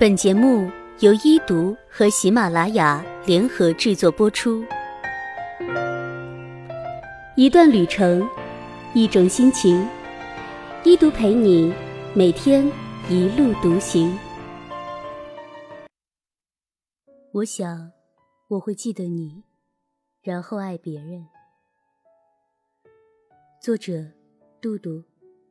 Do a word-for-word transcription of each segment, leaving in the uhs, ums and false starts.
本节目由一读和喜马拉雅联合制作播出。一段旅程，一种心情，一读陪你每天一路独行。我想我会记得你，然后爱别人。作者杜杜。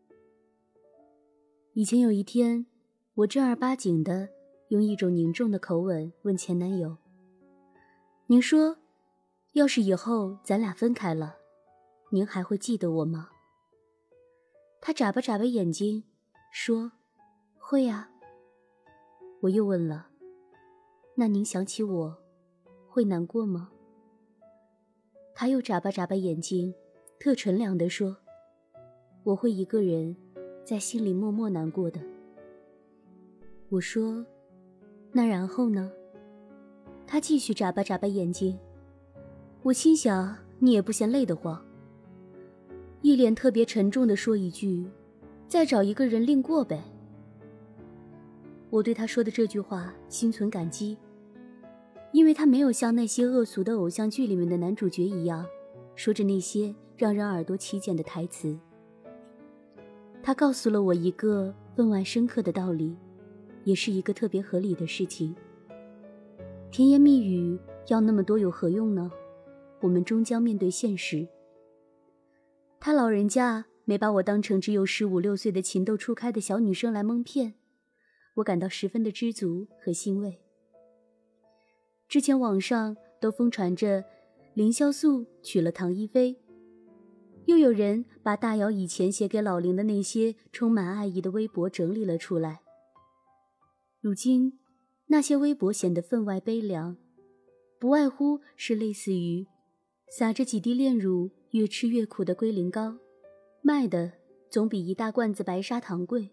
以前有一天，我正儿八经地用一种凝重的口吻问前男友，您说，要是以后咱俩分开了，您还会记得我吗？他眨巴眨巴眼睛说，会呀。我又问了，那您想起我会难过吗？他又眨巴眨巴眼睛，特纯良地说，我会一个人在心里默默难过的。我说，那然后呢？他继续眨巴眨巴眼睛。我心想，你也不嫌累得慌。一脸特别沉重地说一句，再找一个人另过呗。我对他说的这句话心存感激，因为他没有像那些恶俗的偶像剧里面的男主角一样，说着那些让人耳朵起茧的台词。他告诉了我一个分外深刻的道理，也是一个特别合理的事情。甜言蜜语要那么多有何用呢？我们终将面对现实。他老人家没把我当成只有十五六岁的情窦初开的小女生来蒙骗，我感到十分的知足和欣慰。之前网上都疯传着凌潇肃娶了唐一菲，又有人把大姚以前写给老林的那些充满爱意的微博整理了出来。如今那些微博显得分外悲凉，不外乎是类似于撒着几滴炼乳越吃越苦的龟苓膏，卖的总比一大罐子白砂糖贵。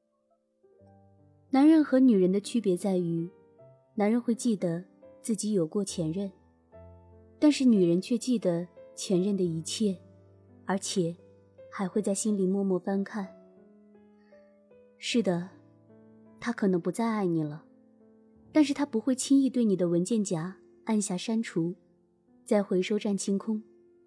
男人和女人的区别在于，男人会记得自己有过前任，但是女人却记得前任的一切，而且还会在心里默默翻看。是的，他可能不再爱你了，但是他不会轻易对你的文件夹按下删除，再回收占清空。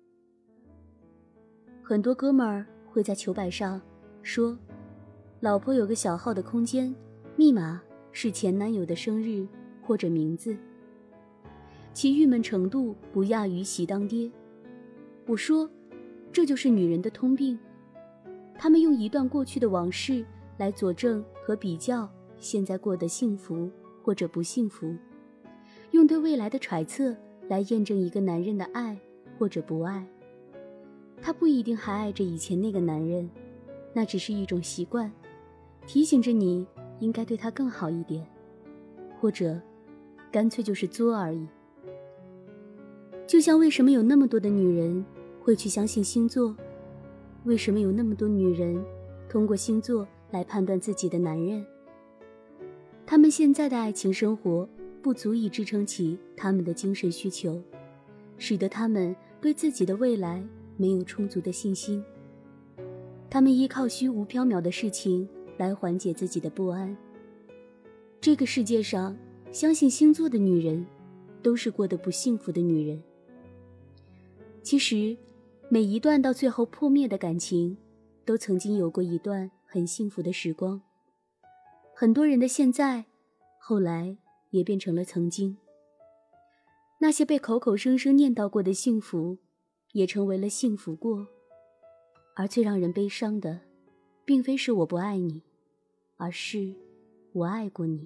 很多哥们儿会在球板上说，老婆有个小号的空间，密码是前男友的生日或者名字，其郁闷程度不亚于喜当爹。我说，这就是女人的通病，她们用一段过去的往事来佐证和比较现在过得幸福或者不幸福，用对未来的揣测来验证一个男人的爱或者不爱。他不一定还爱着以前那个男人，那只是一种习惯，提醒着你应该对他更好一点，或者干脆就是作而已。就像为什么有那么多的女人会去相信星座，为什么有那么多女人通过星座来判断自己的男人，他们现在的爱情生活不足以支撑起他们的精神需求，使得他们对自己的未来没有充足的信心。他们依靠虚无缥缈的事情来缓解自己的不安。这个世界上，相信星座的女人都是过得不幸福的女人。其实，每一段到最后破灭的感情，都曾经有过一段很幸福的时光。很多人的现在，后来也变成了曾经。那些被口口声声念叨过的幸福，也成为了幸福过。而最让人悲伤的，并非是我不爱你，而是我爱过你。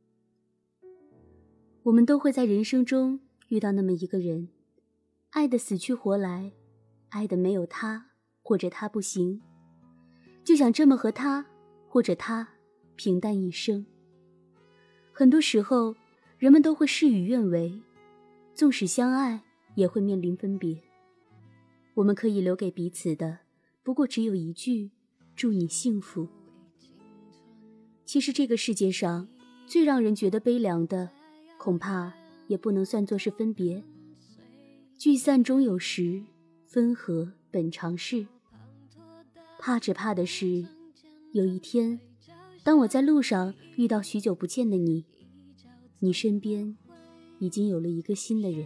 我们都会在人生中遇到那么一个人，爱得死去活来，爱得没有他或者他不行，就想这么和他或者他平淡一生。很多时候，人们都会事与愿违，纵使相爱，也会面临分别。我们可以留给彼此的，不过只有一句，祝你幸福。其实这个世界上，最让人觉得悲凉的，恐怕也不能算作是分别。聚散终有时，分合本常事。怕只怕的是，有一天当我在路上遇到许久不见的你，你身边已经有了一个新的人。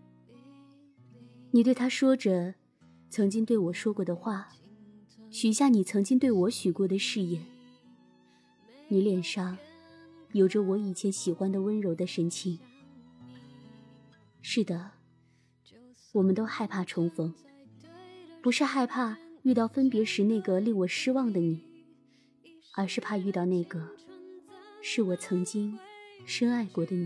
你对他说着曾经对我说过的话，许下你曾经对我许过的誓言。你脸上有着我以前喜欢的温柔的神情。是的，我们都害怕重逢，不是害怕遇到分别时那个令我失望的你，而是怕遇到那个是我曾经深爱过的你。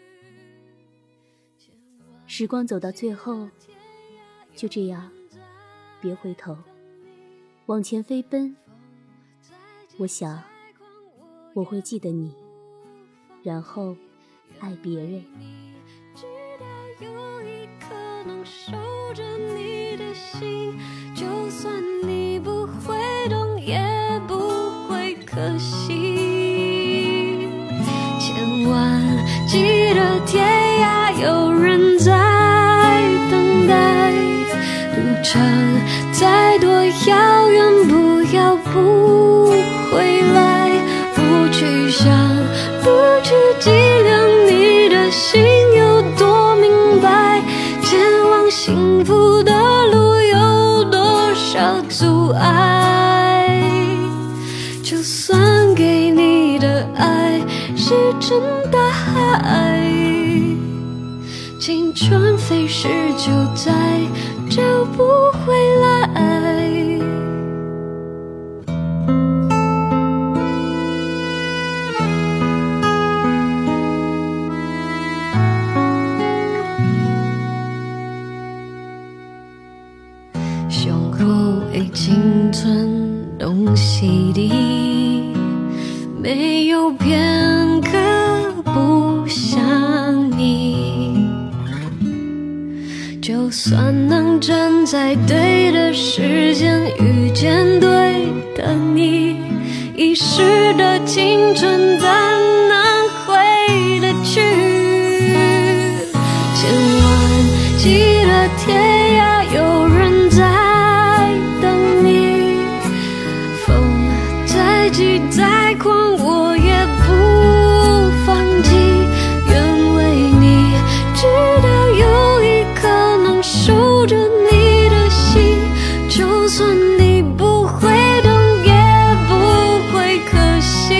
时光走到最后，就这样别回头，往前飞奔。我想我会记得你，然后爱别人。 直到有一刻能守着你的心，就算你不会懂也不会可惜。千万记得天涯有人在等待，路程再多遥远不要不回来，不去想不去计量你的心有多明白，前往幸福的路有多少阻碍，就算给你的爱是真大海，青春飞逝就再找不回来。胸口已经存东西的，没有片刻不想你，就算能站在对的时间遇见对的你，遗失的青春怎能回得去？千万记得天涯有人在等你，风再急再狂我也不放弃，愿为你直到有一刻能守着你的心，就算你不会懂也不会可惜。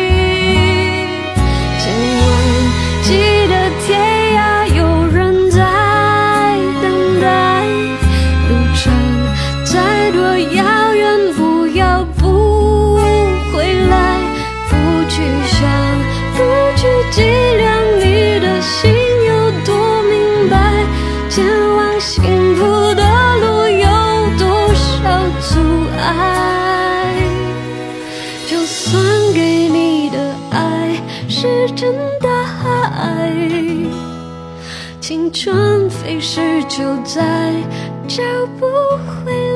千万记得天涯有人在等待，路程再多遥远不要不回来，不去想不去计量你的心有多明白，前往幸福的路有多少阻碍，就算给你的爱是真大海，青春飞逝就再找不回来。